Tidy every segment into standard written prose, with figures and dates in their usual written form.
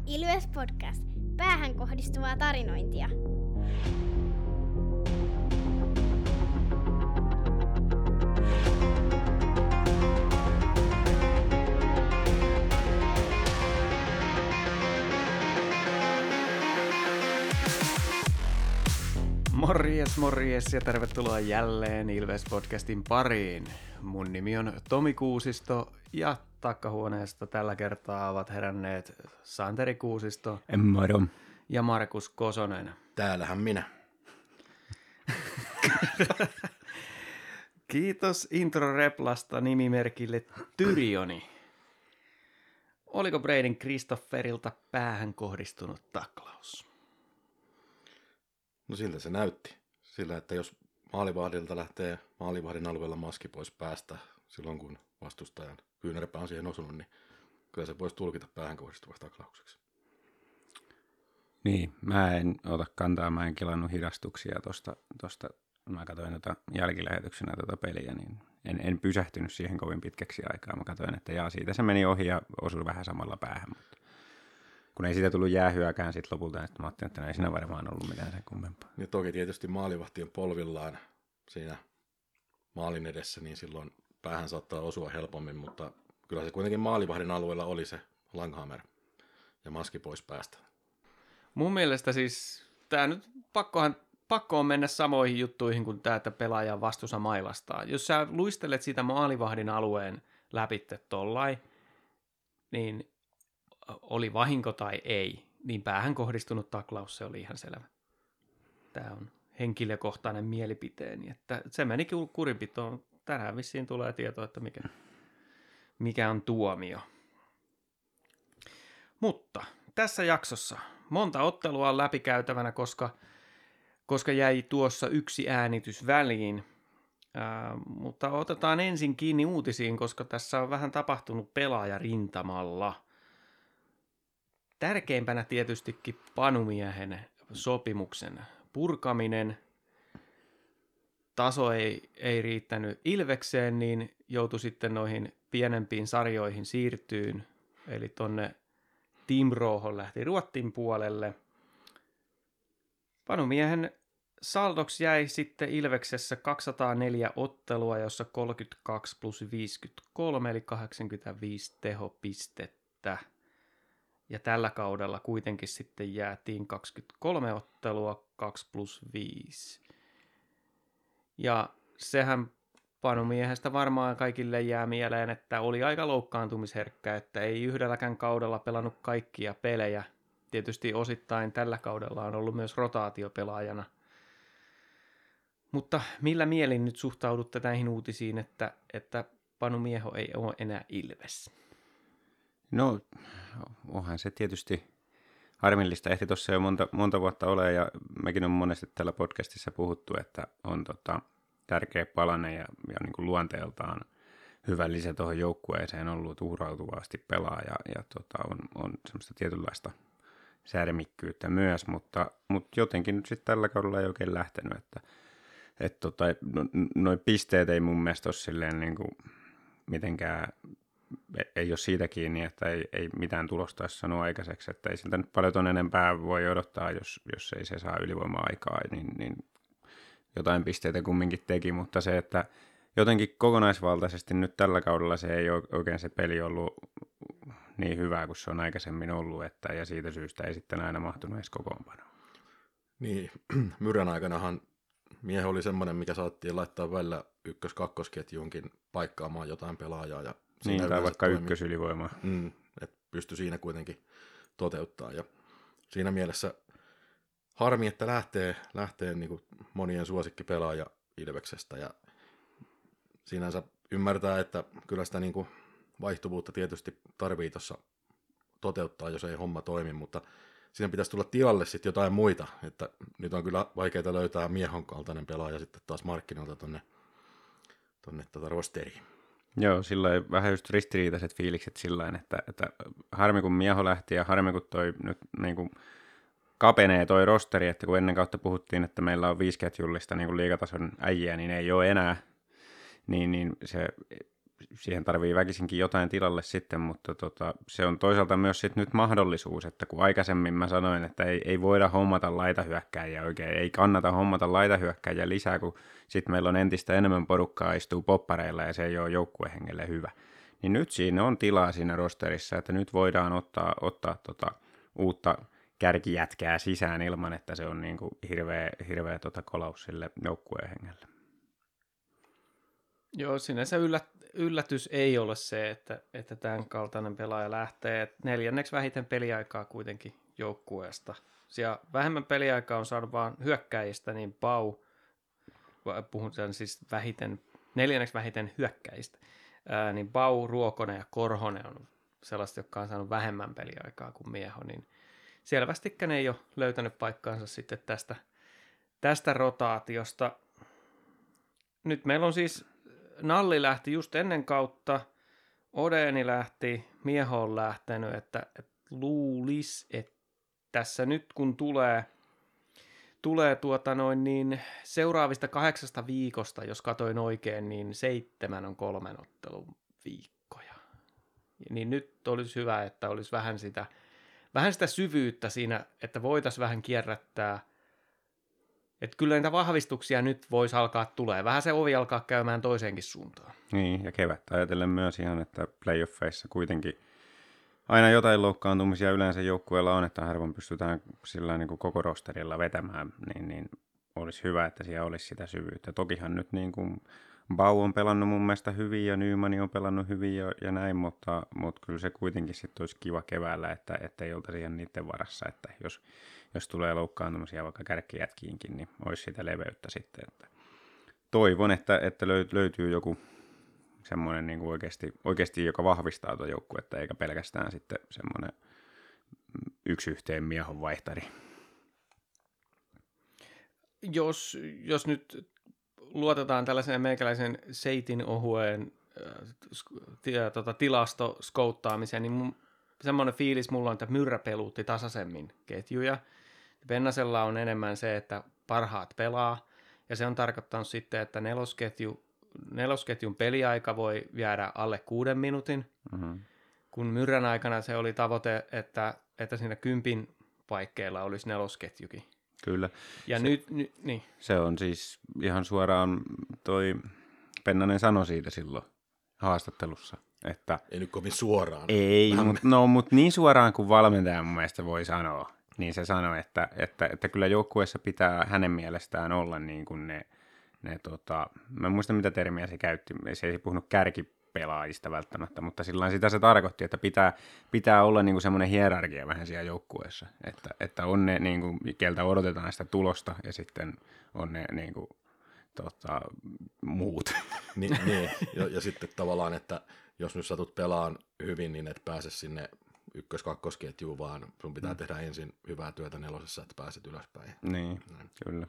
Ilves Podcast. Päähän kohdistuvaa tarinointia. Morjes ja tervetuloa jälleen Ilves Podcastin pariin. Mun nimi on Tomi Kuusisto ja takkahuoneesta tällä kertaa ovat heränneet Santeri Kuusisto Moro. ja Markus Kosonen. Täällähän minä. Kiitos intro-replasta nimimerkille Tyrioni. Oliko Bradyn Christopherilta päähän kohdistunut taklaus? No siltä se näytti. Sillä, että jos maalivahdilta lähtee maalivahdin alueella maski pois päästä silloin, kun vastustajan kyynärpää on siihen osunut, niin kyllä se voisi tulkita päähän kohdistuvaksi taklaukseksi. Niin, mä en ota kantaa, mä en kelannut hidastuksia tosta mä katsoin jälkilähetyksenä peliä, niin en pysähtynyt siihen kovin pitkäksi aikaa. Mä katsoin, että siitä se meni ohi ja osui vähän samalla päähän, mutta kun ei siitä tullut jäähyäkään sit lopulta, niin mä ajattelin, että ei siinä varmaan ollut mitään sen kummempaa. Ja toki tietysti maalivahtien polvillaan siinä maalin edessä, niin silloin päähän saattaa osua helpommin, mutta kyllä se kuitenkin maalivahdin alueella oli se Langhammer ja maski pois päästä. Mun mielestä siis tää nyt pakko on mennä samoihin juttuihin kuin tää, että pelaaja vastuussa mailastaa. Jos sä luistelet siitä maalivahdin alueen läpitte tollain, niin oli vahinko tai ei, niin päähän kohdistunut taklaus, se oli ihan selvä. Tämä on henkilökohtainen mielipiteeni, että se meni kurinpitoon. Tänään vissiin tulee tietoa, että mikä on tuomio. Mutta tässä jaksossa monta ottelua on läpikäytävänä, koska jäi tuossa yksi äänitys väliin. Mutta otetaan ensin kiinni uutisiin, koska tässä on vähän tapahtunut pelaajarintamalla. Tärkeimpänä tietystikin Panumiehen sopimuksen purkaminen. Taso ei riittänyt Ilvekseen, niin joutui sitten noihin pienempiin sarjoihin siirtyyn. Eli tonne Timroohon lähti Ruotsin puolelle. Panumiehen saldoksi jäi sitten Ilveksessä 204 ottelua, jossa 32 plus 53, eli 85 tehopistettä. Ja tällä kaudella kuitenkin sitten jäätiin 23 ottelua, 2 plus 5. Ja sehän Panumiehestä varmaan kaikille jää mieleen, että oli aika loukkaantumisherkkä, että ei yhdelläkään kaudella pelannut kaikkia pelejä. Tietysti osittain tällä kaudella on ollut myös rotaatiopelaajana. Mutta millä mielin nyt suhtaudutte näihin uutisiin, että Panumieho ei ole enää Ilves? No, onhan se tietysti harmillista. Ehti tuossa jo monta vuotta ole, ja mekin on monesti tällä podcastissa puhuttu, että on tärkeä palanen ja niin kuin luonteeltaan hyvä lisä tuohon joukkueeseen ollut uhrautuvasti pelaa, ja on semmoista tietynlaista särmikkyyttä myös, mutta jotenkin nyt sitten tällä kaudella ei oikein lähtenyt, että noi pisteet ei mun mielestä ole silleen niin kuin mitenkään, ei ole siitä kiinni, että ei mitään tulosta olisi sanonut aikaiseksi, että ei siltä nyt paljon ton enempää voi odottaa, jos ei se saa ylivoima-aikaa, niin jotain pisteitä kumminkin teki, mutta se, että jotenkin kokonaisvaltaisesti nyt tällä kaudella se ei ole oikein se peli ollut niin hyvää kuin se on aikaisemmin ollut, ja siitä syystä ei sitten aina mahtunut edes kokoonpanoon. Niin, Myrän aikanahan Miehe oli semmoinen, mikä saattiin laittaa välillä ykkös-kakkosketjuunkin paikkaamaan jotain pelaajaa. Ja niin, tai vaikka ykkösylivoimaa. Että pystyi siinä kuitenkin toteuttaa. Ja siinä mielessä harmi, että lähtee niin kuin monien suosikkipelaaja Ilveksestä. Ja sinänsä ymmärtää, että kyllä sitä niin kuin vaihtuvuutta tietysti tarvii tuossa toteuttaa, jos ei homma toimi, mutta siinä pitäisi tulla tilalle sitten jotain muita, että nyt on kyllä vaikeaa löytää Miehon kaltainen pelaaja sitten taas markkinoilta tonne rosteriin. Joo, silloin vähän just ristiriitaiset fiilikset sillain, että harmi kun Mieho lähti ja harmi kun toi nyt niin kuin kapenee toi rosteri, että kun ennen kautta puhuttiin, että meillä on 5 ketjullista niin kuin liigatason äijää, niin ei ole enää, niin se siihen tarvii väkisinkin jotain tilalle sitten, mutta se on toisaalta myös sit nyt mahdollisuus, että kun aikaisemmin mä sanoin, että ei voida hommata laitahyökkääjiä oikein, ei kannata hommata laitahyökkääjiä lisää, kun sitten meillä on entistä enemmän porukkaa istuu poppareilla ja se ei ole joukkuehengelle hyvä. Niin nyt siinä on tilaa siinä rosterissa, että nyt voidaan ottaa uutta kärkijätkää sisään ilman, että se on niin kuin hirveä kolaus sille joukkuehengelle. Joo, sinänsä yllätys ei ole se, että tämän kaltainen pelaaja lähtee. Et 4. vähiten peliaikaa kuitenkin joukkueesta. Ja vähemmän peliaikaa on saanut vaan hyökkäjistä, niin Pau, puhutaan siis 4. vähiten hyökkäjistä, niin Pau, Ruokonen ja Korhonen on sellaiset, jotka on saanut vähemmän peliaikaa kuin Mieho, niin selvästikään ei ole löytänyt paikkaansa sitten tästä rotaatiosta. Nyt meillä on siis Nalli lähti just ennen kautta, Odeni lähti, Mieho on lähtenyt, että luulisi, että tässä nyt kun tulee niin seuraavista 8 viikosta, jos katoin oikein, niin 7 on 3 ottelun viikkoja. Niin nyt olisi hyvä, että olisi vähän sitä syvyyttä siinä, että voitaisiin vähän kierrättää. Että kyllä niitä vahvistuksia nyt voisi alkaa tulee. Vähän se ovi alkaa käymään toiseenkin suuntaan. Niin, ja kevättä ajatellen myös ihan, että playoffeissa kuitenkin aina jotain loukkaantumisia yleensä joukkueella on, että harvoin pystytään sillä niin kuin koko rosterilla vetämään, niin olisi hyvä, että siellä olisi sitä syvyyttä. Tokihan nyt niin kuin Bau on pelannut mun mielestä hyvin ja Nyman on pelannut hyvin ja näin, mutta kyllä se kuitenkin sitten olisi kiva keväällä, että ei oltaisi ihan niiden varassa, että jos tulee loukkaantumisia vaikka kärkkijätkiinkin, niin olisi sitä leveyttä sitten. Että toivon, että löytyy joku semmoinen niin kuin oikeasti, joka vahvistaa tuota joukkuetta, eikä pelkästään sitten semmoinen 1-1 Miehon vaihtari. Jos nyt luotetaan tällaisen meikäläisen seitin ohueen tilastoskouttaamiseen, niin semmoinen fiilis mulla on, että Myrrä peluutti tasaisemmin ketjuja. Pennasella on enemmän se, että parhaat pelaa, ja se on tarkoittanut sitten, että nelosketjun peliaika voi jäädä alle 6 minuutin, kun Myrrän aikana se oli tavoite, että siinä 10 paikkeilla olisi nelosketjukin. Kyllä. Ja niin. Se on siis ihan suoraan toi Pennanen sanoi siitä silloin haastattelussa. Että ei nyt kovin suoraan. Ei, mutta niin suoraan kuin valmentaja mun mielestä voi sanoa. Niin se sanoi, että kyllä joukkueessa pitää hänen mielestään olla niin kuin mä en muista mitä termiä se käytti, se ei puhunut kärkipelaajista välttämättä, mutta sillain sitä se tarkoitti, että pitää olla niin kuin semmoinen hierarkia vähän siellä joukkueessa, että on ne, niin kuin, keltä odotetaan sitä tulosta ja sitten on ne niin kuin, muut. Niin, ja sitten tavallaan, että jos nyt satut pelaan hyvin, niin et pääse sinne 1-2-ketjuun, vaan sun pitää tehdä ensin hyvää työtä 4, että pääset ylöspäin. Niin, kyllä.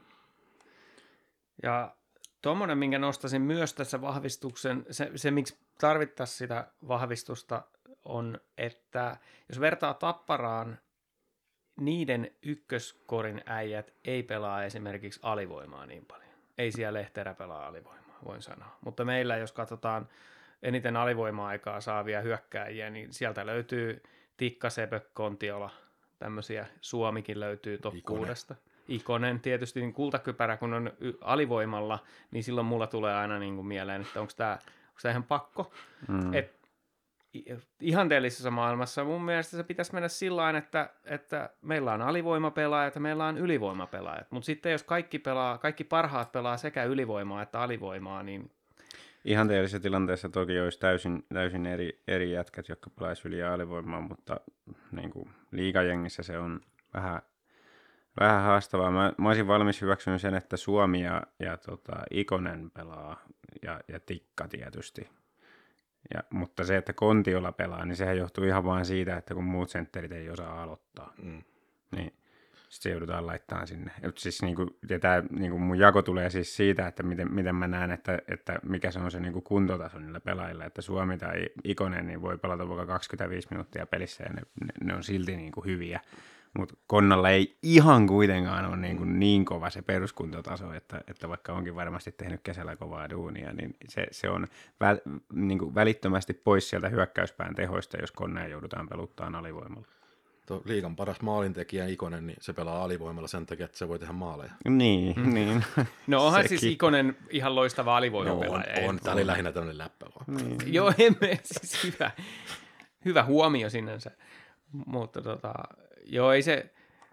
Ja tuommoinen, minkä nostaisin myös tässä vahvistuksen, se miksi tarvittaisiin sitä vahvistusta, on, että jos vertaa Tapparaan, niiden ykköskorin äijät ei pelaa esimerkiksi alivoimaa niin paljon. Ei siellä Lehterä pelaa alivoimaa, voin sanoa. Mutta meillä, jos katsotaan eniten alivoima-aikaa saavia hyökkääjiä, niin sieltä löytyy Tikka, Sepö, Kontiola, tämmöisiä. Suomikin löytyy top 6. Ikonen tietysti, niin kultakypärä kun on alivoimalla, niin silloin mulla tulee aina niin kuin mieleen, että onko tämä ihan pakko. Ihanteellisessa maailmassa mun mielestä se pitäisi mennä sillain, että meillä on alivoimapelaajat ja meillä on ylivoimapelaajat. Mutta sitten jos kaikki parhaat pelaa sekä ylivoimaa että alivoimaa, niin ihanteellisessa tilanteessa toki olisi täysin eri jätkät, jotka pelaisivat yli- ja alivoimaa, mutta niin kuin liigajengissä se on vähän haastavaa. Mä olisin valmis hyväksynyt sen, että Suomi ja Ikonen pelaa ja Tikka tietysti. Mutta se, että Kontiola pelaa, niin sehän johtuu ihan vaan siitä, että kun muut sentterit ei osaa aloittaa. Niin sitten se joudutaan laittamaan sinne. Siis tämä mun jako tulee siis siitä, että miten mä näen, että mikä se on se kuntotaso niillä pelaajilla. Että Suomi tai Ikonen niin voi pelata vaikka 25 minuuttia pelissä ja ne on silti hyviä. Mut Konnalla ei ihan kuitenkaan ole niin kova se peruskuntotaso, että vaikka onkin varmasti tehnyt kesällä kovaa duunia, niin se on niin kuin välittömästi pois sieltä hyökkäyspään tehoista, jos Konnea joudutaan peluttamaan alivoimalla. Tuo liigan paras maalintekijä Ikonen, niin se pelaa alivoimalla sen takia, että se voi tehdä maaleja. Niin. No onhan Sekin. siis Ikonen ihan loistava alivoimapelaaja. On. Tämä oli lähinnä tämmöinen läppä vaan. Niin. Joo, emme, siis hyvä huomio sinänsä. Mutta joo, ei se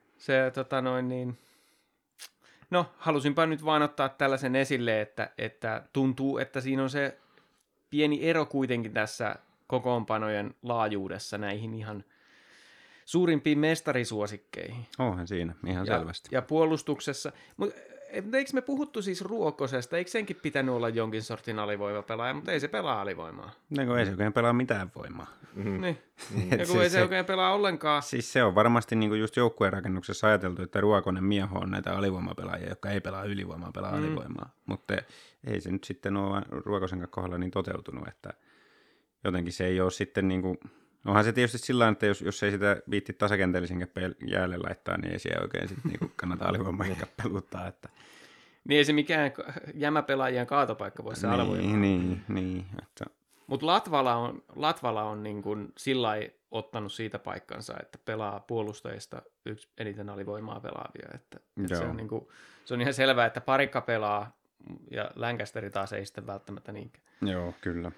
no, halusinpa nyt vaan ottaa tällaisen esille, että tuntuu, että siinä on se pieni ero kuitenkin tässä kokoonpanojen laajuudessa näihin ihan suurimpiin mestarisuosikkeihin. Onhan siinä, ihan selvästi. Ja puolustuksessa. Mutta eikö me puhuttu siis Ruokosesta? Eikö senkin pitänyt olla jonkin sortin alivoimapelaaja, mutta ei se pelaa alivoimaa. No, ei se oikein pelaa mitään voimaa. Niin. Ja kun ei se oikein pelaa ollenkaan. Siis se on varmasti niinku just joukkueen rakennuksessa ajateltu, että Ruokonen, Mieho on näitä alivoimapelaajia, jotka ei pelaa ylivoimaa, pelaa alivoimaa. Mutta ei se nyt sitten ole Ruokosen kohdalla niin toteutunut, että jotenkin se ei ole sitten niinku... Onhan se tietysti sillä tavalla, että jos ei sitä viitti tasakentällisen jäälle laittaa, niin ei siellä oikein sitten niinku kannata alivoimaa ehkä peluttaa. Että... Niin ei se mikään jämäpelaajien kaatopaikka voi se alivoimaa. Niin. Että... Mutta Latvala on niin kuin sillai ottanut siitä paikkansa, että pelaa puolustajista yksi eniten alivoimaa pelaavia. Että se, on niin kuin, se on ihan selvää, että Parikka pelaa ja Lancaster taas ei sitten välttämättä niinkään. Joo, kyllä.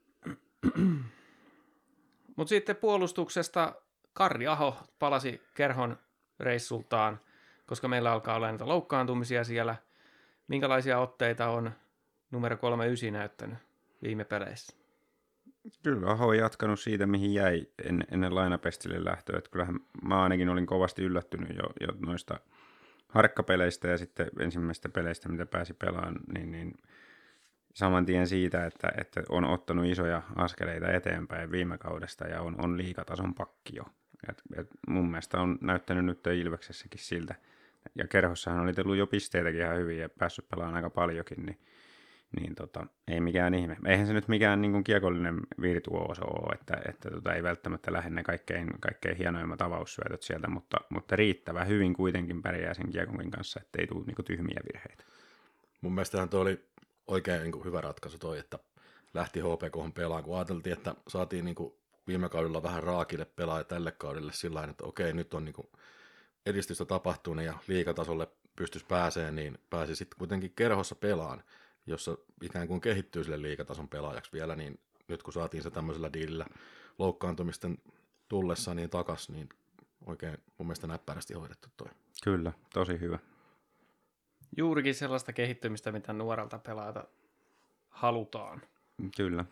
Mutta sitten puolustuksesta Karri Aho palasi Kerhon reissultaan, koska meillä alkaa olla näitä loukkaantumisia siellä. Minkälaisia otteita on numero 39 näyttänyt viime peleissä? Kyllä Aho on jatkanut siitä, mihin jäi ennen lainapestille lähtöä. Että kyllähän mä ainakin olin kovasti yllättynyt jo noista harkkapeleistä ja sitten ensimmäistä peleistä, mitä pääsi pelaamaan, niin saman tien siitä, että on ottanut isoja askeleita eteenpäin viime kaudesta ja on liigatason pakki jo. Et mun mielestä on näyttänyt nyt Ilveksessäkin siltä. Ja Kerhossahan oli tullut jo pisteitäkin ihan hyvin ja päässyt pelaamaan aika paljonkin, niin ei mikään ihme. Eihän se nyt mikään niin kuin kiekollinen virtuooso ole, että ei välttämättä lähde ne kaikkein hienoimmat avaussyötöt sieltä, mutta riittävän hyvin kuitenkin pärjää sen kiekonkin kanssa, ettei tule niin kuin tyhmiä virheitä. Mun mielestähän toi oli oikein niin kuin hyvä ratkaisu toi, että lähti HPK:hon pelaamaan, kun ajateltiin, että saatiin niin kuin viime kaudella vähän raakille pelaaja tälle kaudelle sillä tavalla, että okei, nyt on niin kuin edistystä tapahtunut ja liigatasolle pystyisi pääseen, niin pääsi sitten kuitenkin Kerhossa pelaan, jossa ikään kuin kehittyy sille liigatason pelaajaksi vielä, niin nyt kun saatiin se tämmöisellä diilillä loukkaantumisten tullessa niin takas, niin oikein mun mielestä näppärästi hoidettu toi. Kyllä, tosi hyvä. Juurikin sellaista kehittymistä, mitä nuorelta pelaajalta halutaan. Kyllä.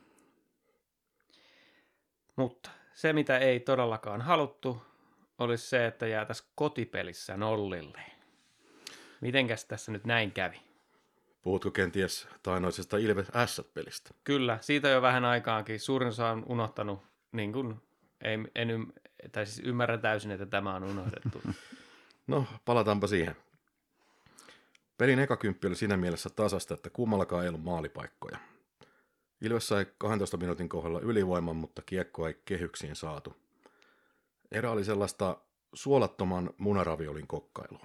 Mutta se, mitä ei todellakaan haluttu, olisi se, että jäätäisiin kotipelissä nollille. Mitenkäs tässä nyt näin kävi? Puhutko kenties tainoisesta Ilves Ässät-pelistä? Kyllä, siitä jo vähän aikaankin. Suurin osa on unohtanut, niin kuin ymmärrän täysin, että tämä on unohdettu. No, palataanpa siihen. Pelin eka kymppi oli siinä mielessä tasasta, että kummallakaan ei ollut maalipaikkoja. Ilves sai 12 minuutin kohdalla ylivoiman, mutta kiekkoa ei kehyksiin saatu. Erä oli sellaista suolattoman munaraviolin kokkailua.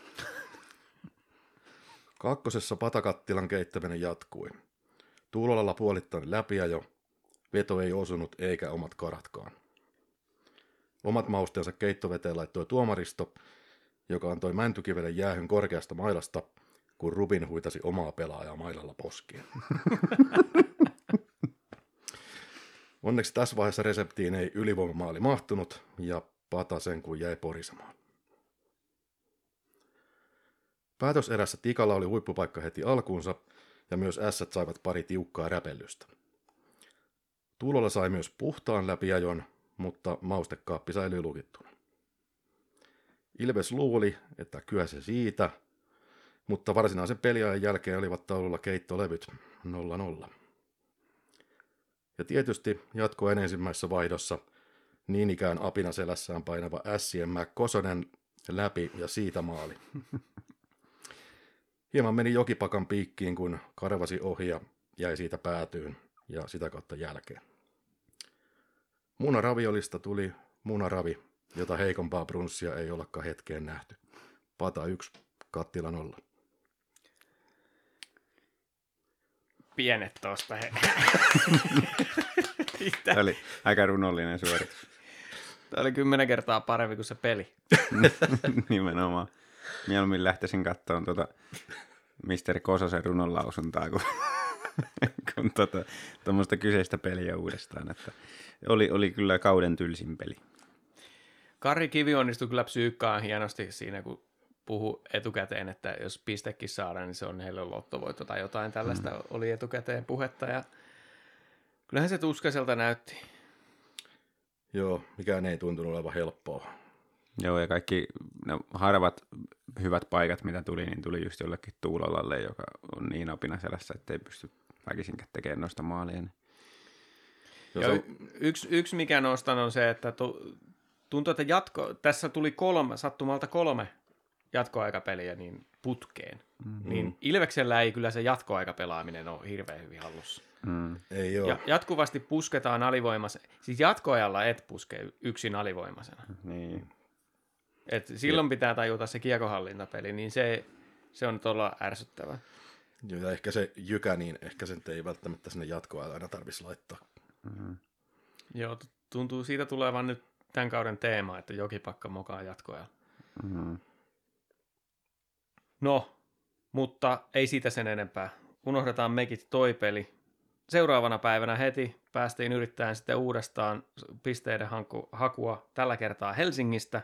Kakkosessa patakattilan keittäminen jatkui. Tuulolalla puolittain läpiajo, veto ei osunut eikä omat karatkaan. Omat mausteensa keittoveteen laittoi tuomaristo, joka antoi Mäntykivelen jäähyn korkeasta mailasta, kun Rubin huitasi omaa pelaajaa mailalla poskien. Onneksi tässä vaiheessa reseptiin ei ylivoimamaali mahtunut ja pata sen kuin jäi porisemaan. Päätöserässä Tikalla oli huippupaikka heti alkuunsa ja myös Ässät saivat pari tiukkaa räpellystä. Tuulolla sai myös puhtaan läpiajon, mutta maustekaappi säilyi lukittuna. Ilves luuli, että kyllä se siitä, mutta varsinaisen peliajan jälkeen olivat taululla keittolevyt 0-0. Ja tietysti jatkoen ensimmäisessä vaihdossa niin ikään apina selässään painava Ässien Kosonen läpi ja siitä maali. Hieman meni jokipakan piikkiin, kun karvasi ohi ja jäi siitä päätyyn ja sitä kautta jälkeen. Munaraviolista tuli munaravi jota heikompaa brunssia ei ollakaan hetkeen nähty. Pata 1, kattila 0. Pienet tosta. Tämä oli aika runollinen suoritus. Tämä oli 10 kertaa parempi kuin se peli. Nimenomaan. Mieluummin lähtisin katsomaan Misteri Kososen runonlausuntaa kuin tuommoista kyseistä peliä uudestaan. Että oli kyllä kauden tylsin peli. Kari Kivi onnistui kyllä psyykkaan hienosti siinä, kun puhui etukäteen, että jos pistekin saadaan, niin se on heille lottovoitto tai jotain tällaista oli etukäteen puhetta. Ja kyllähän se tuskaiselta näytti. Joo, mikään ei tuntunut olevan helppoa. Joo, ja kaikki harvat hyvät paikat, mitä tuli, niin tuli just jollekin Tuulolalle, joka on niin apina selässä, ettei pysty väkisinkään tekemään noista maalia. Ja yksi mikä nostan on se, että tuntuu, että tässä tuli sattumalta 3 jatkoaikapeliä niin putkeen. Mm-hmm. Niin Ilveksellä ei kyllä se jatkoaikapelaaminen ole hirveän hyvin hallussa. Ei ole. Ja jatkuvasti pusketaan alivoimaisena. Siis jatkoajalla et puske yksin alivoimaisena. Niin. Et silloin pitää tajuta se kiekohallintapeli, niin se on todella ärsyttävää. Joo, ja ehkä se jykä, niin ehkä sen ei välttämättä sinne jatkoajalle aina tarvitsisi laittaa. Mm-hmm. Joo, tuntuu siitä tulevan nyt tämän kauden teema, että jokipakka mokaa jatkoajalla. Mm-hmm. No, mutta ei siitä sen enempää. Unohdetaan mekit toi peli. Seuraavana päivänä heti päästiin yrittämään sitten uudestaan pisteiden hakua tällä kertaa Helsingistä.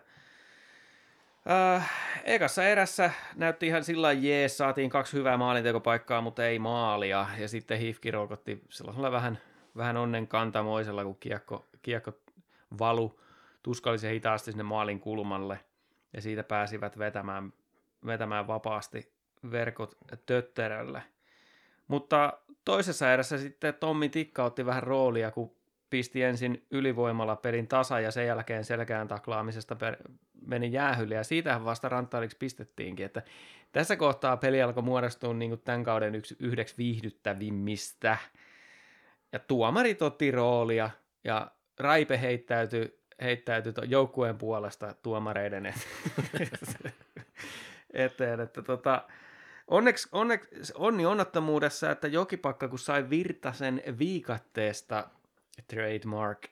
Ekassa erässä näytti ihan sillä jees, saatiin 2 hyvää maalintekopaikkaa, mutta ei maalia. Ja sitten HIFK rokotti sellaisella vähän onnen kantamoisella, kun kiekko valu tuskallisen hitaasti sinne maalin kulmalle. Ja siitä pääsivät vetämään vapaasti verkot tötterälle. Mutta toisessa erässä sitten Tommi Tikka otti vähän roolia, kun pisti ensin ylivoimalla pelin tasa ja sen jälkeen selkään taklaamisesta meni jäähylle. Ja siitähän vasta ranttailiksi pistettiinkin, että tässä kohtaa peli alkoi muodostua niin kuin tämän kauden yhdeksi viihdyttävimmistä. Ja tuomarit otti roolia ja Raipe heittäytyi joukkueen puolesta tuomareiden eteen, että onneksi onni onnettomuudessa, että Jokipakka kun sai Virtasen viikatteesta trademark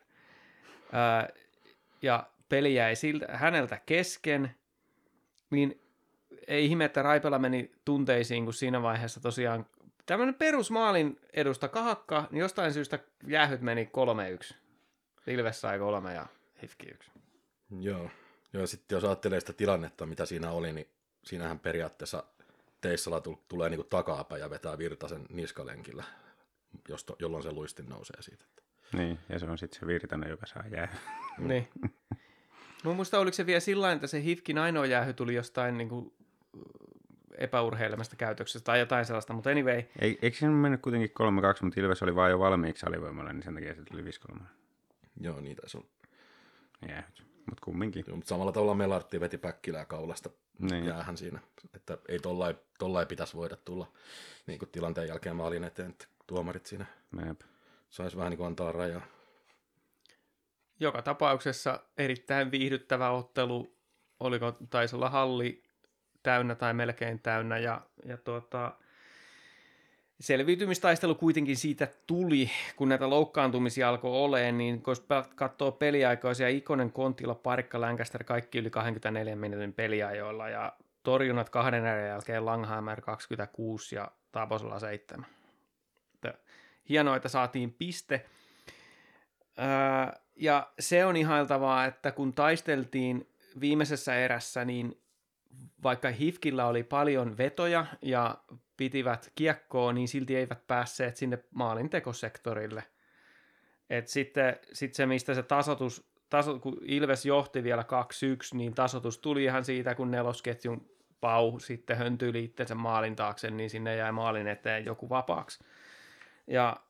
ja peli jäi häneltä kesken, niin ei ihme, että Raipela meni tunteisiin, kun siinä vaiheessa tosiaan tämmöinen perusmaalin edusta kahakka, niin jostain syystä jäähyt meni 3-1. Ilves sai 3 ja HIFK 1. Joo, ja sitten jos ajattelee sitä tilannetta, mitä siinä oli, niin siinähän periaatteessa Teissala tulee niinku takapäin ja vetää Virtasen niskalenkillä, jolloin se luistin nousee siitä. Niin, ja se on sitten se Virtanen, joka saa jäähy. Niin. Mun muista oliko se vielä sillä että se HIFKin ainoa jäähy tuli jostain niinku epäurheilemasta käytöksestä tai jotain sellaista, mutta anyway. Eikö siinä mennyt kuitenkin 3-2, mutta Ilves oli vaan jo valmiiksi alivoimalla, niin sen takia se tuli 5-3. Joo, niitä se on. Jäähyt, mutta kumminkin. Joo, mutta samalla tavalla Melartti veti Päkkilää kaulasta niin. Jäähän siinä, että ei tollain pitäisi voida tulla niin kuin tilanteen jälkeen maalin eteen, että tuomarit siinä saisi vähän niin kuin antaa rajaa. Joka tapauksessa erittäin viihdyttävä ottelu, taisi olla halli täynnä tai melkein täynnä ja selviytymistaistelu kuitenkin siitä tuli, kun näitä loukkaantumisia alkoi olemaan, niin kun katsoo peliaikoisia, Ikonen, Kontila, Parikka, Lancaster, kaikki yli 24 minuutin peliajoilla ja torjunnat 2 erän jälkeen Langheimer 26 ja Taposella 7. Hienoa, että saatiin piste. Ja se on ihailtavaa, että kun taisteltiin viimeisessä erässä, niin vaikka HIFKillä oli paljon vetoja ja pitivät kiekkoa, niin silti eivät päässeet sinne maalintekosektorille. Et sitten se, mistä se kun Ilves johti vielä 2-1, niin tasoitus tuli ihan siitä, kun nelosketjun Pau sitten höntyili itsensä maalin taakse, niin sinne jäi maalin eteen joku vapaaksi. Ja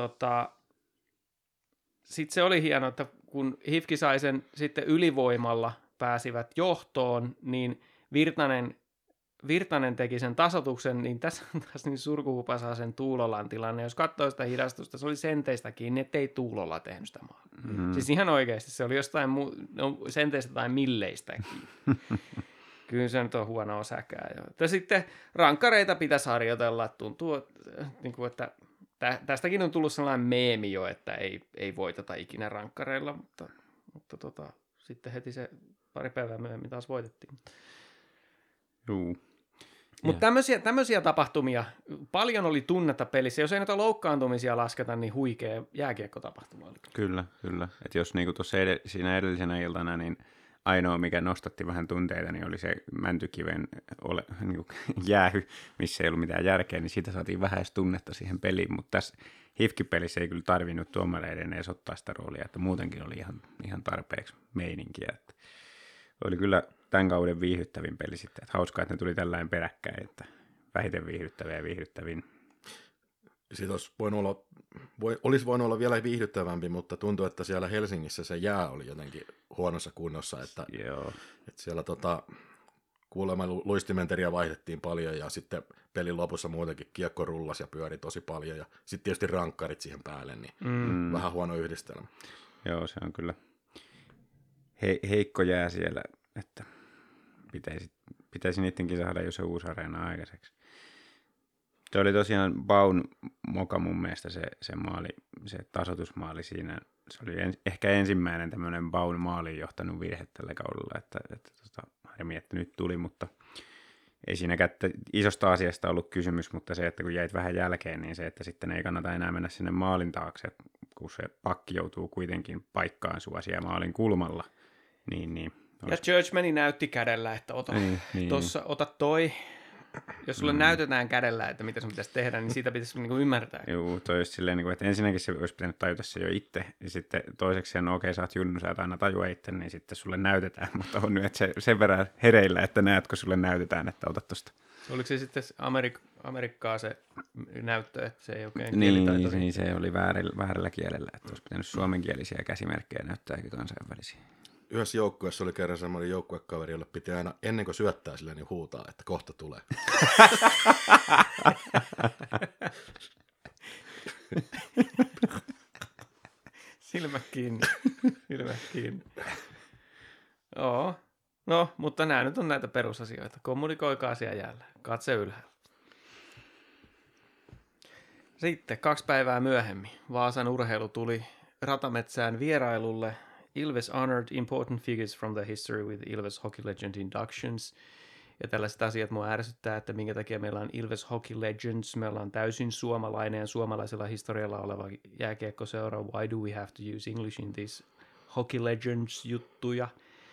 sitten se oli hienoa, että kun HIFK sai sen sitten ylivoimalla pääsivät johtoon, niin Virtanen Virtanen teki sen tasoituksen, niin tässä on taas niin surkuhupasaisen Tuulolan tilanne. Jos katsoo sitä hidastusta, se oli senteistä kiinni, ettei Tuulola tehnyt sitä maalia. Siis ihan oikeasti, se oli jostain senteistä tai milleistä kiinni. Kyllä se nyt on huonoa säkää. Ja sitten rankkareita pitäisi harjoitella. Tuntuu, että tästäkin on tullut sellainen meemi jo, että ei voiteta ikinä rankkareilla, mutta sitten heti se pari päivää myöhemmin taas voitettiin. Juu. Mutta tämmöisiä tapahtumia, paljon oli tunnetta pelissä. Jos ei näitä loukkaantumisia lasketa, niin huikea jääkiekkotapahtuma oli. Kyllä. Että jos niinku tuossa siinä edellisenä iltana, niin ainoa, mikä nostatti vähän tunteita, niin oli se Mäntykiven niinku jäähy, missä ei ollut mitään järkeä, niin siitä saatiin vähän tunnetta siihen peliin. Mutta tässä HIFK-pelissä ei kyllä tarvinnut tuomareiden edes ottaa sitä roolia, että muutenkin oli ihan tarpeeksi meininkiä. Että oli kyllä tämän kauden viihdyttävin peli sitten. Että hauskaa, että ne tuli tällainen peräkkäin, että vähiten viihdyttävä ja viihdyttävin. Siitä olisi voinut olla vielä viihdyttävämpi, mutta tuntuu, että siellä Helsingissä se jää oli jotenkin huonossa kunnossa, että siellä kuulemma luistimenteriä vaihdettiin paljon ja sitten pelin lopussa muutenkin kiekko rullasi ja pyöri tosi paljon ja sitten tietysti rankkarit siihen päälle, niin vähän huono yhdistelmä. Joo, se on kyllä heikko jää siellä, että pitäisi niidenkin saada jo se uusi areena aikaiseksi. Se oli tosiaan Baun moka mun mielestä se maali, se tasoitusmaali siinä. Se oli ehkä ensimmäinen tämmöinen Baun maaliin johtanut virhe tällä kaudella, että harmi, että nyt tuli, mutta ei siinäkään isosta asiasta ollut kysymys, mutta se, että kun jäit vähän jälkeen, niin se, että sitten ei kannata enää mennä sinne maalin taakse, kun se pakki joutuu kuitenkin paikkaan sua siellä maalin kulmalla. Niin. Ja Churchmani näytti kädellä, että ota toi. Jos sulle näytetään kädellä, että mitä sun pitäisi tehdä, niin siitä pitäisi niinku ymmärtää. Joo, toi olisi silleen, että ensinnäkin se olisi pitänyt tajuta se jo itse, ja sitten toiseksi sen, sä oot junnu, sä et aina tajua itse, niin sitten sulle näytetään, mutta on nyt sen verran hereillä, että näet, kun sulle näytetään, että ota tosta. Oliko se sitten Amerikkaa se näyttö, että se ei oikein kielitaito? Niin, se oli väärällä kielellä, että olisi pitänyt suomenkielisiä käsimerkkejä näyttää eikä kansainvälisiä. Yhdessä joukkueessa oli kerran semmoinen joukkuekaveri, jolle piti aina ennen kuin syöttää sille, niin huutaa, että kohta tulee. Silmät kiinni. Joo. No, mutta nämä nyt on näitä perusasioita. Kommunikoikaa siellä jälleen. Katse ylhäällä. Sitten 2 päivää myöhemmin Vaasan urheilu tuli Ratametsään vierailulle. Ilves honored important figures from the history with Ilves Hockey Legend inductions. Ja tällaiset asiat mua ärsyttää, että minkä takia meillä on Ilves Hockey Legends. Me ollaan täysin suomalainen ja suomalaisella historialla oleva jääkiekkoseura. Why do we have to use English in these Hockey Legends-juttuja?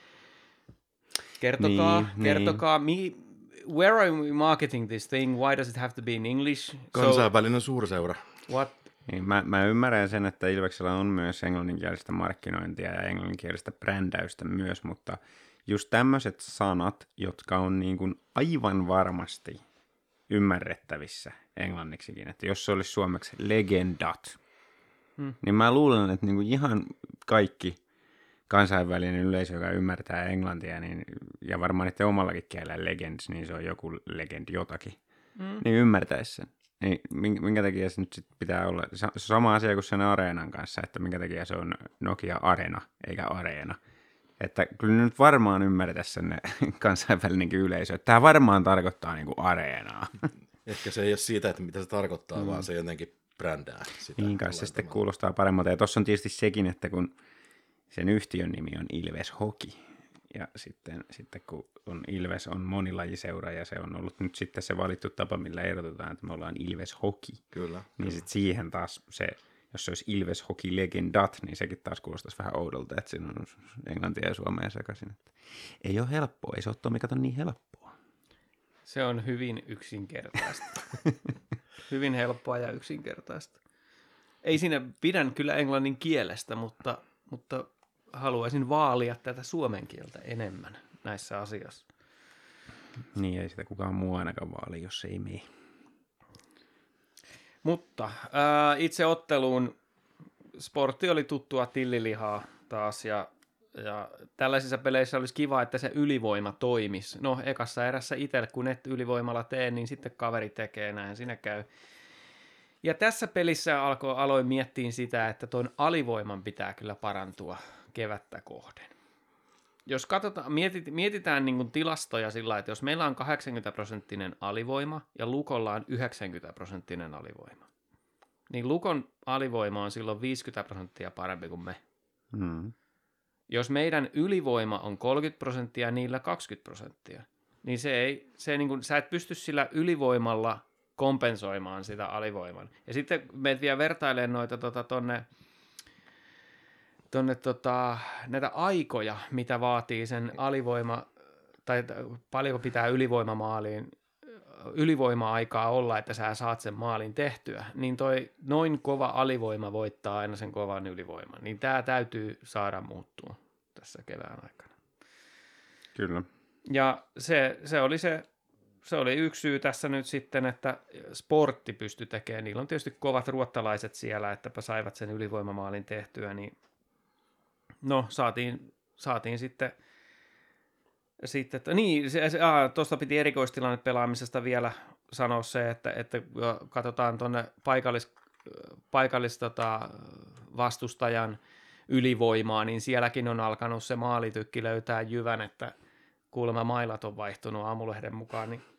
Kertokaa. Where are we marketing this thing? Why does it have to be in English? Kansainvälinen suurseura. What? Niin, mä ymmärrän sen, että Ilveksellä on myös englanninkielistä markkinointia ja englanninkielistä brändäystä myös, mutta just tämmöiset sanat, jotka on niin kuin aivan varmasti ymmärrettävissä englanniksikin, että jos se olisi suomeksi legendat, niin mä luulen, että niin kuin ihan kaikki kansainvälinen yleisö, joka ymmärtää englantia, niin, ja varmaan niiden omallakin kielellä legends, niin se on joku legend jotakin, niin ymmärtäisi sen. Niin, minkä takia se nyt sit pitää olla, se on sama asia kuin sen areenan kanssa, että minkä takia se on Nokia Arena eikä Areena. Että kyllä nyt varmaan ymmärtäisi sen kansainvälinenkin yleisö, että tämä varmaan tarkoittaa niinku areenaa. Ehkä se ei ole siitä, että mitä se tarkoittaa, vaan se jotenkin brändää sitä. Niin kai se sitten kuulostaa paremmalta. Ja tuossa on tietysti sekin, että kun sen yhtiön nimi on Ilves Hockey, ja sitten kun Ilves on monilajiseura, ja se on ollut nyt sitten se valittu tapa, millä erotetaan, että me ollaan Ilves Hockey. Kyllä. Niin sitten siihen taas se, jos se olisi Ilves Hockey Legendat, niin sekin taas kuulostaisi vähän oudolta, että siinä on englantia ja suomea sekaisin. Ei ole helppoa, ei se ole Tomi, kato niin helppoa. Se on hyvin yksinkertaista. Hyvin helppoa ja yksinkertaista. Ei siinä pidän kyllä englannin kielestä, mutta haluaisin vaalia tätä suomen kieltä enemmän näissä asioissa. Niin, ei sitä kukaan muu ainakaan vaali, jos ei mene. Mutta itse otteluun sportti oli tuttua tillilihaa taas ja ja tällaisissa peleissä olisi kiva, että se ylivoima toimisi. No, ekassa erässä itselle, kun et ylivoimalla tee, niin sitten kaveri tekee, näin siinä käy. Ja tässä pelissä aloin miettiä sitä, että tuon alivoiman pitää kyllä parantua kevättä kohden. Jos mietitään niin kuin tilastoja sillä, että jos meillä on 80% alivoima ja Lukolla on 90% alivoima, niin Lukon alivoima on silloin 50% parempi kuin me. Mm. Jos meidän ylivoima on 30% ja niillä 20%, niin sä et pysty sillä ylivoimalla kompensoimaan sitä alivoiman. Ja sitten meitä vielä vertailemaan noita näitä aikoja, mitä vaatii sen alivoima, tai paljonko pitää ylivoima-aikaa olla, että sä saat sen maalin tehtyä, niin toi noin kova alivoima voittaa aina sen kovan ylivoiman. Niin tää täytyy saada muuttua tässä kevään aikana. Kyllä. Ja se oli yksi syy tässä nyt sitten, että Sportti pystyi tekemään. Niillä on tietysti kovat ruottalaiset siellä, että saivat sen ylivoimamaalin tehtyä, niin no saatiin sitten että niin, tuosta piti erikoistilanne pelaamisesta vielä sanoa se, että katsotaan tuonne paikallis vastustajan ylivoimaa, niin sielläkin on alkanut se maalitykki löytää jyvän, että kuulemma mailat on vaihtunut Aamulehden mukaan, niin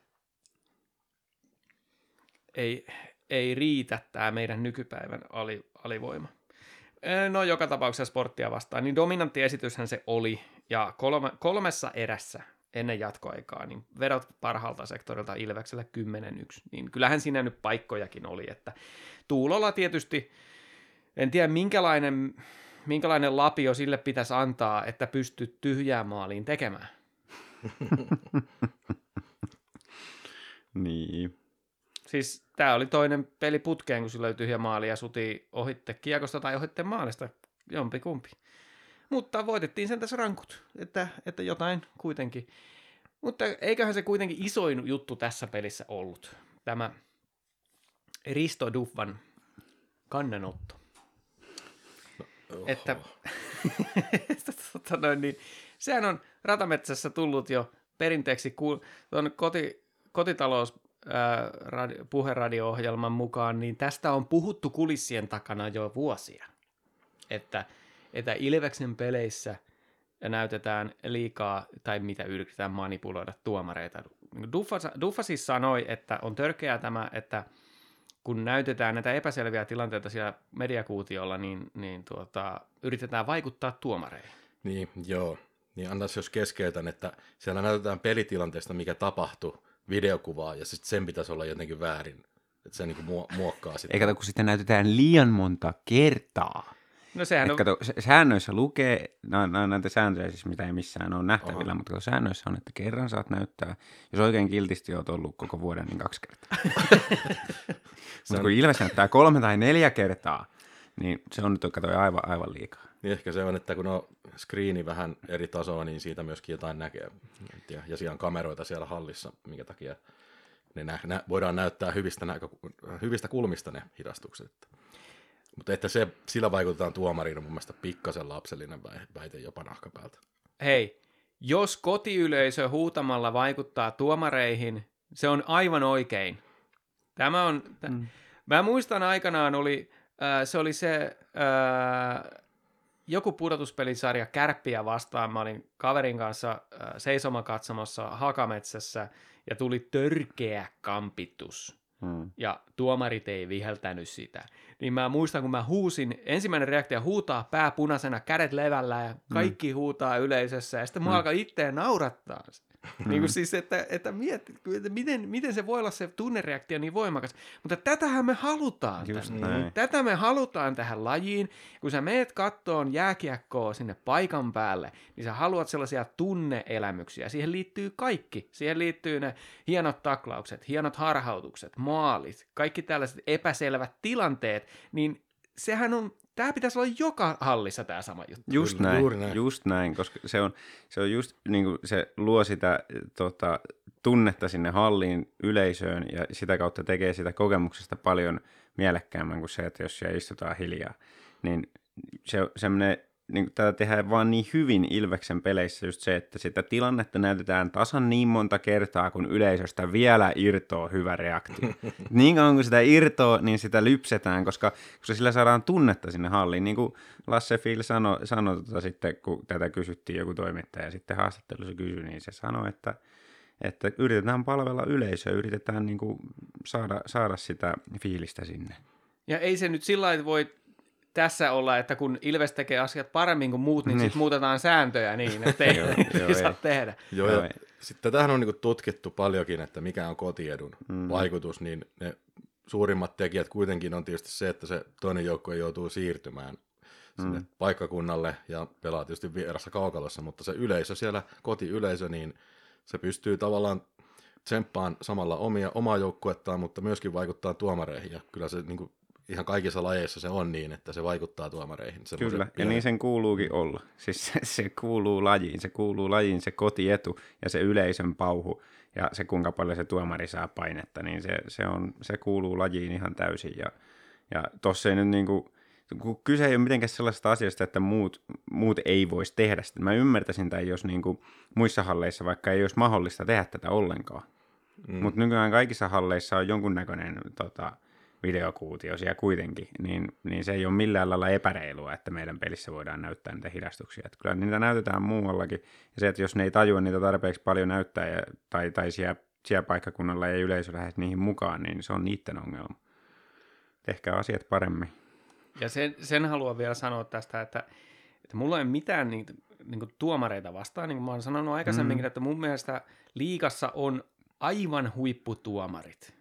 ei riitä tämä meidän nykypäivän alivoima. No joka tapauksessa Sporttia vastaan, niin dominantti esityshän se oli, ja kolmessa erässä ennen jatkoaikaa, niin vedot parhaalta sektorilta Ilveksellä 10-1, niin kyllähän siinä nyt paikkojakin oli, että Tuulolla tietysti, en tiedä minkälainen lapio sille pitäisi antaa, että pystyt tyhjään maaliin tekemään. Niin. Siis tämä oli toinen peli putkeen, kun sillä oli tyhjä maali ja Suti ohitte kiekosta tai ohitte maalista, jompikumpi. Mutta voitettiin sen tässä rankut, että jotain kuitenkin. Mutta eiköhän se kuitenkin isoin juttu tässä pelissä ollut, tämä Risto Duffan kannanotto. Että niin, sehän on Ratametsässä tullut jo perinteeksi tuon kotitalous puheradio-ohjelman mukaan, niin tästä on puhuttu kulissien takana jo vuosia, että Ilveksen peleissä näytetään liikaa, tai mitä yritetään manipuloida tuomareita. Duffa siis sanoi, että on törkeää tämä, että kun näytetään näitä epäselviä tilanteita siellä mediakuutiolla, niin yritetään vaikuttaa tuomareihin. Niin, joo. Niin antaisi jos keskeytän, että siellä näytetään pelitilanteesta, mikä tapahtui, videokuvaa, ja sitten sen pitäisi olla jotenkin väärin, että se niinku muokkaa sitä. Eikä kun sitten näytetään liian monta kertaa. No sehän on... Kato, säännöissä lukee, näitä sääntöjä siis mitä ei missään ole nähtävillä, mutta säännöissä on, että kerran saat näyttää, jos oikein kiltisti olet ollut koko vuoden, niin 2 kertaa. Mutta kun Ilves näyttää 3 tai 4 kertaa, niin se on nyt aivan liikaa. Niin ehkä se on, että kun on screeni vähän eri tasoa, niin siitä myöskin jotain näkee. Ja siellä on kameroita siellä hallissa, minkä takia ne voidaan näyttää hyvistä kulmista ne hidastukset. Mutta että sillä vaikutetaan tuomariin on mun mielestä pikkasen lapsellinen väite jopa nahkapäältä. Hei, jos kotiyleisö huutamalla vaikuttaa tuomareihin, se on aivan oikein. Tämä on... Mä muistan aikanaan se oli joku pudotuspelisarja Kärppiä vastaan. Mä olin kaverin kanssa seisomakatsomossa Hakametsässä ja tuli törkeä kampitus. Ja tuomarit ei viheltänyt sitä. Niin mä muistan, kun mä huusin, ensimmäinen reaktio huutaa pää punaisena, kädet levällä ja kaikki huutaa yleisössä. Ja sitten mua alkaa itseään naurattaa. Niin kuin siis, että mietit, miten se voi olla se tunnereaktio niin voimakas. Mutta tätähän me halutaan. Tätä me halutaan tähän lajiin. Kun sä meet kattoon jääkiekkoa sinne paikan päälle, niin sä haluat sellaisia tunneelämyksiä. Siihen liittyy kaikki. Siihen liittyy ne hienot taklaukset, hienot harhautukset, maalit, kaikki tällaiset epäselvät tilanteet. Niin sehän on... Tämä pitäisi olla joka hallissa tämä sama juttu. Just näin, koska se on just niin kuin se luo sitä tunnetta sinne halliin yleisöön ja sitä kautta tekee sitä kokemuksesta paljon mielekkäämmän kuin se, että jos siellä istutaan hiljaa. Niin semmoinen niin tätä tehdään vaan niin hyvin Ilveksen peleissä just se, että sitä tilannetta näytetään tasan niin monta kertaa, kun yleisöstä vielä irtoo hyvä reaktio. Niin kauan kun sitä irtoo, niin sitä lypsetään, koska sillä saadaan tunnetta sinne halliin. Niin kuin Lasse Phil sanoi sitten, kun tätä kysyttiin joku toimittaja sitten haastattelussa kysyi, niin se sanoi, että yritetään palvella yleisöä, yritetään niin kuin saada sitä fiilistä sinne. Ja ei se nyt sillä lailla voi tässä olla, että kun Ilves tekee asiat paremmin kuin muut, niin sitten muutetaan sääntöjä niin, että ei saa tehdä. Joo. Sitten tämähän on niinku tutkittu paljonkin, että mikä on kotiedun vaikutus, niin ne suurimmat tekijät kuitenkin on tietysti se, että se toinen joukkue joutuu siirtymään sinne paikkakunnalle ja pelaa tietysti vierassa kaukalossa, mutta se yleisö siellä, kotiyleisö, niin se pystyy tavallaan tsemppaan samalla omaa joukkuettaan, mutta myöskin vaikuttaa tuomareihin. Ja kyllä se niin kuin, ihan kaikissa lajeissa se on niin, että se vaikuttaa tuomareihin. Kyllä, ja niin sen kuuluukin olla. Siis se kuuluu lajiin se kotietu ja se yleisön pauhu ja se kuinka paljon se tuomari saa painetta, niin se kuuluu lajiin ihan täysin. Ja tossa ei nyt niinku, kun kyse ei ole mitenkään sellaisesta asiasta, että muut ei voisi tehdä sitä. Mä ymmärtäisin tämän, jos niinku muissa halleissa vaikka ei olisi mahdollista tehdä tätä ollenkaan. Mutta nykyään kaikissa halleissa on jonkunnäköinen videokuutio siellä kuitenkin, niin se ei ole millään lailla epäreilua, että meidän pelissä voidaan näyttää niitä hidastuksia. Että kyllä niitä näytetään muuallakin. Ja se, että jos ne ei tajua niitä tarpeeksi paljon näyttää tai siellä paikkakunnalla ei yleisö lähde niihin mukaan, niin se on niiden ongelma. Tehkää asiat paremmin. Ja sen haluan vielä sanoa tästä, että mulla ei ole mitään niin tuomareita vastaan. Niin kuin mä oon sanonut aikaisemminkin, että mun mielestä liigassa on aivan huipputuomarit.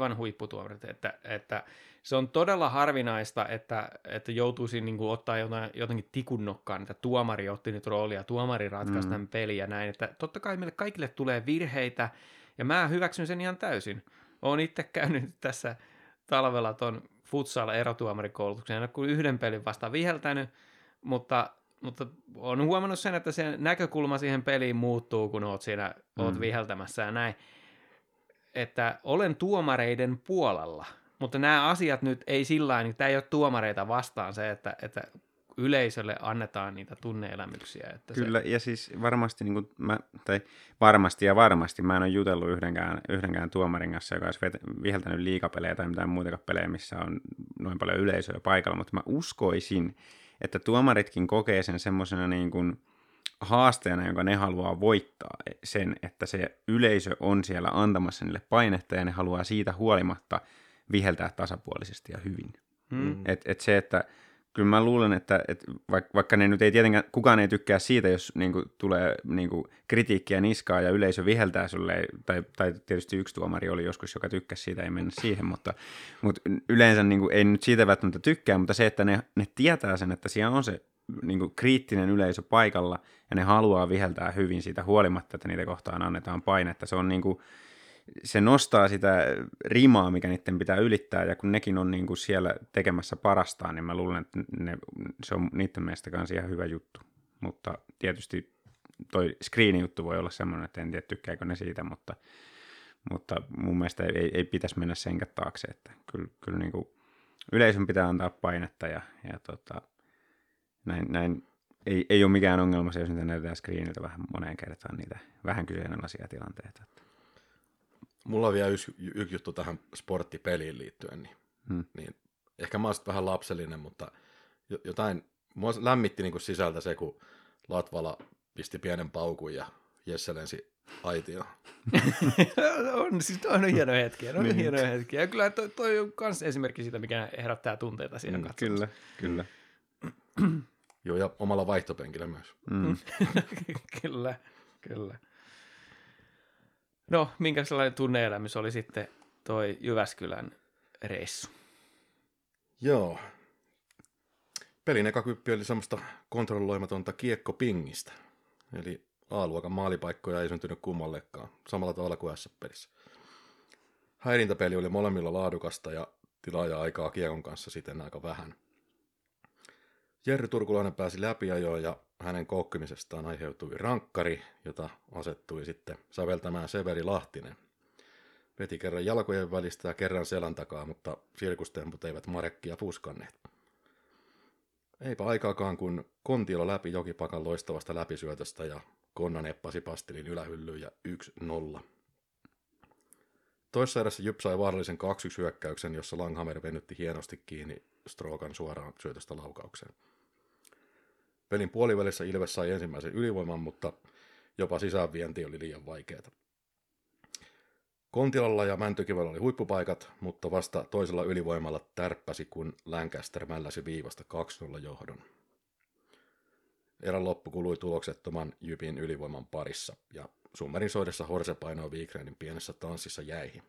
Että se on todella harvinaista, että joutuisi niin kuin ottaa jotenkin tikun nokkaan, että tuomari otti nyt roolia, tuomari ratkaisi tämän pelin ja näin. Että totta kai meille kaikille tulee virheitä, ja mä hyväksyn sen ihan täysin. Oon itse käynyt tässä talvella ton futsal-erotuomarikoulutuksen, en ole kuin yhden pelin vasta viheltänyt, mutta olen huomannut sen, että se näkökulma siihen peliin muuttuu, kun oot siinä oot viheltämässä ja näin. Että olen tuomareiden puolella, mutta nämä asiat nyt ei sillain, niin tämä ei ole tuomareita vastaan se, että yleisölle annetaan niitä tunne-elämyksiä. Että kyllä, ja siis varmasti, niin kuin varmasti, mä en ole jutellut yhdenkään tuomarin kanssa, joka olisi viheltänyt liigapelejä tai mitään muitakaan pelejä, missä on noin paljon yleisöä paikalla, mutta mä uskoisin, että tuomaritkin kokee sen semmoisena niin kuin haasteena, jonka ne haluaa voittaa, sen, että se yleisö on siellä antamassa niille painetta ja ne haluaa siitä huolimatta viheltää tasapuolisesti ja hyvin. Et se, että kyllä mä luulen, että vaikka ne nyt ei tietenkään, kukaan ei tykkää siitä, jos niinku tulee niinku kritiikkiä niskaa ja yleisö viheltää sulle, tai tietysti yksi tuomari oli joskus, joka tykkäsi siitä, ei mennä siihen, mutta yleensä niinku ei nyt siitä välttämättä tykkää, mutta se, että ne tietää sen, että siellä on se niinku kriittinen yleisö paikalla ja ne haluaa viheltää hyvin siitä huolimatta, että niitä kohtaan annetaan painetta. Se on niinku, se nostaa sitä rimaa, mikä niiden pitää ylittää, ja kun nekin on niinku siellä tekemässä parastaan, niin mä luulen, että se on niiden mielestä kanssa ihan hyvä juttu. Mutta tietysti toi screen-juttu voi olla semmoinen, että en tiedä tykkääkö ne siitä, mutta mun mielestä ei pitäisi mennä senkään taakse, että kyllä niinku yleisön pitää antaa painetta ja näin ei ole mikään ongelma se, jos niitä näytetään screeniltä vähän moneen kertaan niitä vähän kyseenalaisia tilanteita. Mulla on vielä yksi juttu tähän sporttipeliin liittyen, niin ehkä mä oon vähän lapsellinen, mutta jotain, mua lämmitti niin kuin sisältä se, kun Latvala pisti pienen paukun ja Jesse lensi aitioon. on hieno hetki. Ja kyllä toi on myös esimerkki siitä, mikä herättää tunteita siinä katsomassa. Kyllä. Joo, ja omalla vaihtopenkillä myös. Kyllä. No, minkä sellainen tunne-elämys oli sitten toi Jyväskylän reissu? Joo. Pelin eka kyppi oli semmoista kontrolloimatonta kiekkopingistä. Eli A-luokan maalipaikkoja ei syntynyt kummallekaan, samalla tavalla kuin S-pelissä. Häirintäpeli oli molemmilla laadukasta ja tilaa ja aikaa kiekon kanssa siten aika vähän. Jerry Turkulainen pääsi läpiajoon ja hänen koukkimisestaan aiheutui rankkari, jota asettui sitten säveltämään Severi Lahtinen. Veti kerran jalkojen välistä ja kerran selän takaa, mutta sirkustemput eivät Marekkia puskanneet. Eipä aikaakaan, kun Kontiola läpi Jokipakan loistavasta läpisyötöstä ja Konna neppasi pastelin ylähyllyyn ja 1-0. Toissa erässä Jyp sai vaarallisen 2-1 hyökkäyksen, jossa Langhammer venytti hienosti kiinni Strokan suoraan syötöstä laukaukseen. Pelin puolivälissä Ilves sai ensimmäisen ylivoiman, mutta jopa sisäänvienti oli liian vaikeaa. Kontilalla ja Mäntykivällä oli huippupaikat, mutta vasta toisella ylivoimalla tärppäsi, kun Lancaster mälläsi viivasta 2-0 johdon. Erän loppu kului tuloksettoman Jypin ylivoiman parissa, ja summerin soidessa Horse painoi Wikgrenin pienessä tanssissa jäihin.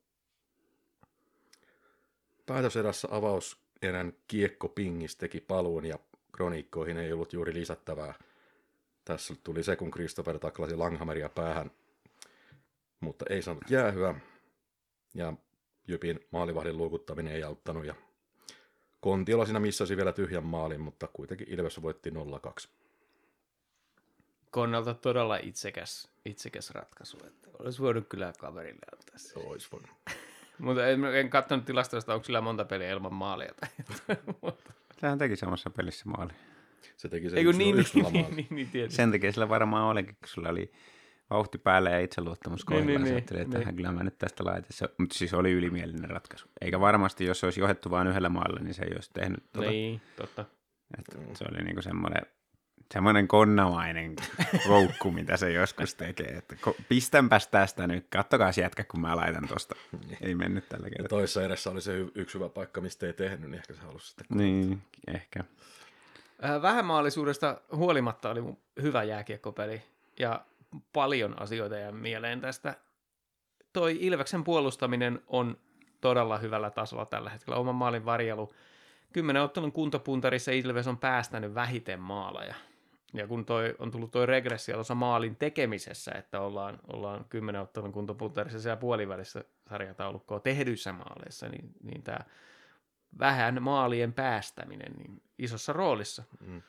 Päätöserässä avauserän Kiekko Pingis teki paluun, ja kroniikkoihin ei ollut juuri lisättävää. Tässä tuli se, kun Christopher taklasi Langhammeria päähän, mutta ei saanut jäähyä, ja Jypin maalivahdin luukuttaminen ei auttanut, ja Kontiola siinä missasi vielä tyhjän maalin, mutta kuitenkin Ilves voitti 0-2. Konnalta todella itsekäs ratkaisu, että olisi voinut kyllä kaverille antaa se. Ois voinut. Mutta en katsonut tilastoista, onko sillä monta peliä ilman maalia. Sehän teki samassa pelissä maali. Se teki se niin, niin, Sen takia sillä varmaan olikin, kun sulla oli vauhti päällä ja itseluottamus kohdalla. Niin, että kyllä mä nyt tästä laitan. Mutta siis oli ylimielinen ratkaisu. Eikä varmasti, jos olisi johdettu vain yhdellä maalla, niin se ei olisi tehnyt Niin, totta. Että se oli niinku semmoinen konnamainen roukku, mitä se joskus tekee. Että pistänpäs tästä nyt, kattokaa jätkä, kun mä laitan tosta. Ei mennyt tällä kertaa. Toissa edessä oli se yksi hyvä paikka, mistä ei tehnyt, niin ehkä se halusi sitten. Niin, ehkä. Vähämaalisuudesta huolimatta oli hyvä jääkiekkopeli ja paljon asioita jää mieleen tästä. Toi Ilveksen puolustaminen on todella hyvällä tasolla tällä hetkellä. Oman maalin varjelu. 10 ottelun kuntopuntarissa Ilves on päästänyt vähiten maaleja. Ja kun on tullut toi regressio tuossa maalin tekemisessä, että ollaan 10 ottelun kuntopuntarissa siellä puolivälissä sarjataulukkoa tehdyissä maaleissa, niin tämä vähän maalien päästäminen niin isossa roolissa.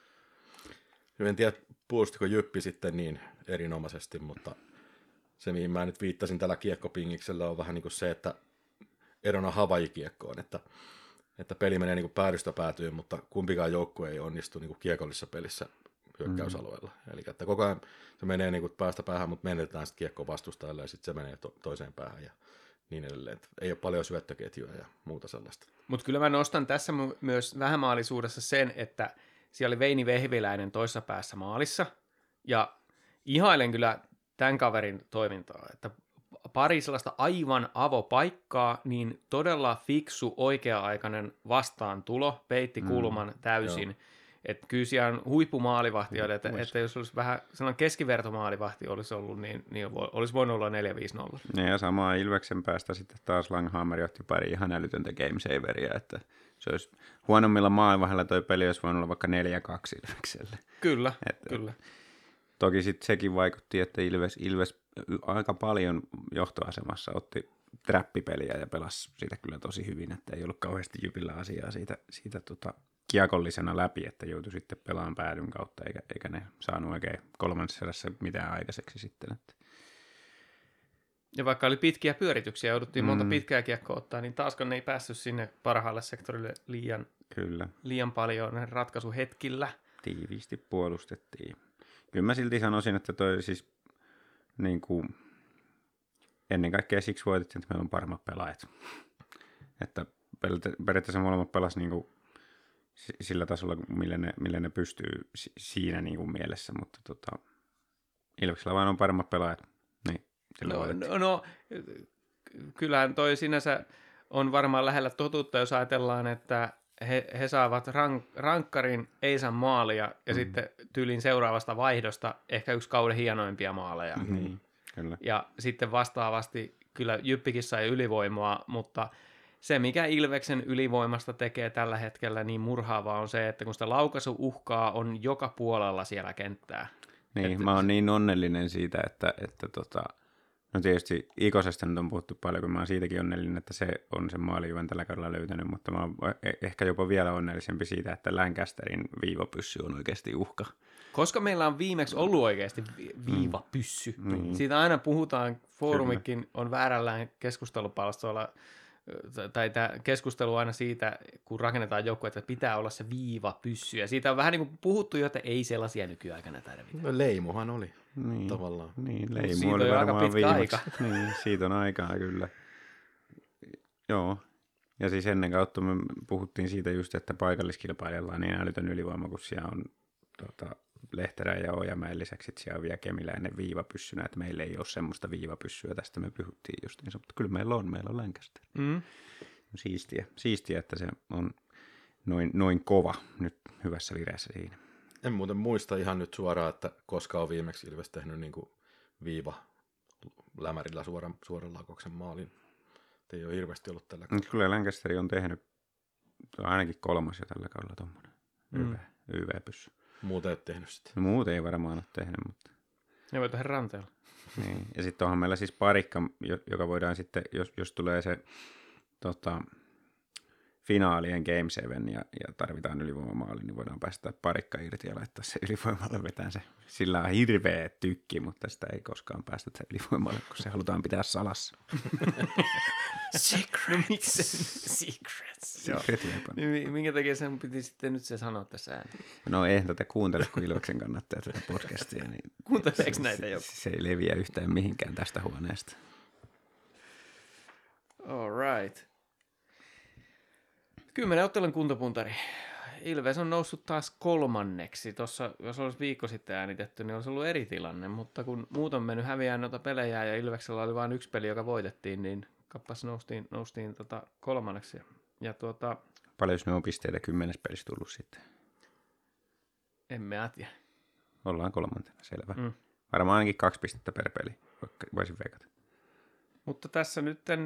En tiedä, puolustiko Jyppi sitten niin erinomaisesti, mutta se, mihin mä nyt viittasin tällä kiekkopingiksellä, on vähän niin kuin se, että erona Hawaii-kiekkoon, että peli menee niin kuin päädystä päätyyn, mutta kumpikaan joukkue ei onnistu niin kuin kiekollisessa pelissä hyökkäysalueella. Eli että koko ajan se menee niin kuin päästä päähän, mutta menetetään sitten kiekkoa vastustajalle ja sitten se menee toiseen päähän ja niin edelleen. Että ei ole paljon syöttöketjuja ja muuta sellaista. Mutta kyllä mä nostan tässä myös vähämaalisuudessa sen, että siellä oli Veini Vehviläinen toisessa päässä maalissa ja ihailen kyllä tämän kaverin toimintaa, että pari sellaista aivan avopaikkaa, niin todella fiksu, oikea-aikainen vastaantulo, peitti kulman täysin. Että kyllä siellä on huippumaalivahti, että jos olisi vähän sellainen keskivertomaalivahti olisi ollut, niin olisi voinut olla 4-5-0. Ja samaa Ilveksen päästä sitten taas Langhammer otti pari ihan älytöntä gamesaveria, että se olisi huonommilla maalivahdilla toi peli olisi voinut olla vaikka 4-2 Ilvekselle. Kyllä, kyllä. Toki sitten sekin vaikutti, että Ilves aika paljon johtoasemassa otti trappipeliä ja pelasi siitä kyllä tosi hyvin, että ei ollut kauheasti Jypillä asiaa siitä kiekollisena läpi, että joutui sitten pelaamaan päädyn kautta, eikä ne saanut oikein kolmannessa erässä mitään aikaiseksi sitten. Että. Ja vaikka oli pitkiä pyörityksiä, jouduttiin monta pitkää kiekkoa ottaa, niin taaskaan ne ei päässyt sinne parhaalle sektorille liian paljon ratkaisuhetkillä. Tiiviisti puolustettiin. Kyllä mä silti sanoisin, että toi siis niin kuin, ennen kaikkea siksi voitettiin, että meillä on paremmat pelaajat. Että periaatteessa molemmat pelasi niin kuin sillä tasolla, millä ne pystyy siinä niin kuin mielessä, mutta Ilveksellä vaan on paremmat pelaajat. Niin, no, kyllähän toi sinänsä on varmaan lähellä totuutta, jos ajatellaan, että he saavat rankkarin, ei saa maalia, ja sitten tyylin seuraavasta vaihdosta ehkä yksi kauden hienoimpia maaleja. Kyllä. Ja sitten vastaavasti kyllä Jyppikin sai ylivoimaa, mutta se, mikä Ilveksen ylivoimasta tekee tällä hetkellä niin murhaavaa, on se, että kun sitä laukaisuuhkaa on joka puolella siellä kenttää. Niin, mä oon niin onnellinen siitä, että no tietysti Ikosesta nyt on puhuttu paljon, kun mä oon siitäkin onnellinen, että se on sen maalijuven tällä kaudella löytänyt, mutta mä oon ehkä jopa vielä onnellisempi siitä, että Lancasterin viivapyssy on oikeasti uhka. Koska meillä on viimeksi ollut oikeasti viivapyssy. Siitä aina puhutaan, foorumikin on väärällään keskustelupalstoilla tai tämä keskustelu aina siitä, kun rakennetaan joukkueita, että pitää olla se viivapyssy. Ja siitä on vähän niin kuin puhuttu jo, että ei sellaisia nykyaikana tarvita. No leimohan oli Niin, tavallaan. niin Siitä leimu on oli jo aika varmaan pitkä viimeksi. aika. Niin, siitä on aikaa kyllä. Joo. Ja siis ennen kautta me puhuttiin siitä just, että paikalliskilpailijalla on niin älytön ylivoima, kun siellä on Lehterän ja Ojamäen lisäksi siellä on vielä Kemiläinen viivapyssynä, että meillä ei ole semmoista viivapyssyä, tästä me puhuttiin justiinsa, mutta kyllä meillä on Lancaster. Siistiä, että se on noin kova nyt hyvässä vireessä siinä. En muuten muista ihan nyt suoraan, että koska on viimeksi Ilves tehnyt niin kuin viiva lämärillä suoran laukoksen maalin. Ei ole hirveästi ollut tällä kaudella. Kyllä Lancasteri on tehnyt ainakin 3 jo tällä kaudella tuommoinen YV-pyssy. Muuta ei ole tehnyt sitä. No, muut ei varmaan ole tehnyt, mutta... Ne voi tehdä ranteella. Niin. Ja sitten onhan meillä siis parikka, joka voidaan sitten, jos tulee se finaalien Game 7 ja tarvitaan ylivoimamaali, niin voidaan päästä parikka irti ja laittaa se ylivoimalle, vetään se. Sillä on hirveä tykki, mutta sitä ei koskaan päästä se ylivoimalle, kun se halutaan pitää salassa. Secret. No miksi Secrets? Secret weapon. Niin, minkä takia sen piti sitten nyt se sanoa tässä ääneen? No eihän tätä kuuntele, kun Ilveksen kannattaa tätä podcastia. Niin kuunteleeko näitä joku? Se ei leviä yhtään mihinkään tästä huoneesta. All right. 10 ottelun kuntopuntari. Ilves on noussut taas 3. Tuossa, jos olisi viikko sitten äänitetty, niin olisi ollut eri tilanne, mutta kun muut on mennyt häviään noita pelejä ja Ilveksellä oli vain 1 peli, joka voitettiin, niin kappas noustiin 3. Ja paljon ne on pisteitä 10 pelissä tullut sitten? En mä tiedä. Ollaan 3. Selvä. Varmaan ainakin 2 pistettä per peli, voisin veikata. Mutta tässä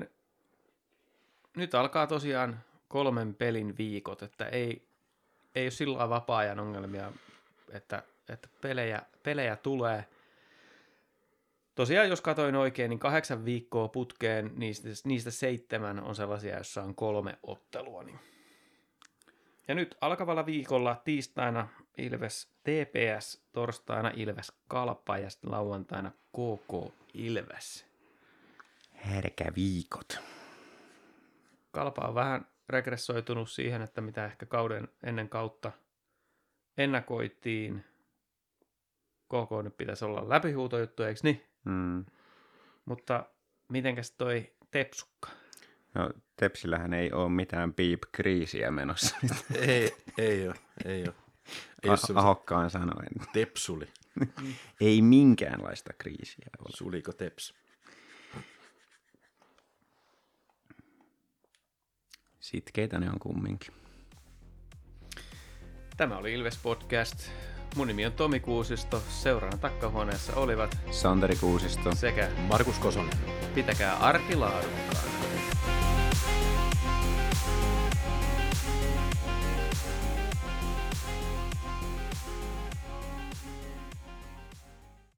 nyt alkaa tosiaan 3 pelin viikot, että ei ole sillä lailla vapaa-ajan ongelmia, että pelejä tulee. Tosiaan, jos katoin oikein, niin 8 viikkoa putkeen, niistä 7 on sellaisia, joissa on 3 ottelua. Niin. Ja nyt alkavalla viikolla tiistaina Ilves TPS, torstaina Ilves Kalpa ja sitten lauantaina KK Ilves. Härkäviikot. Kalpa on vähän regressoitunut siihen, että mitä ehkä kauden ennen kautta ennakoitiin. KK nyt pitäisi olla läpihuutojuttu, eikö niin? Mutta mitenkäs toi Tepsukka? No Tepsillähän ei ole mitään piip-kriisiä menossa. Ei ole. Ahokkaan sanoen. Tepsuli. Ei minkäänlaista kriisiä ole. Suliko Teps? Sitkeitä ne on kumminkin. Tämä oli Ilves Podcast. Mun nimi on Tomi Kuusisto. Seuraavana takkahuoneessa olivat Santeri Kuusisto sekä Markus Kosonen. pitäkää arki laadukkaan.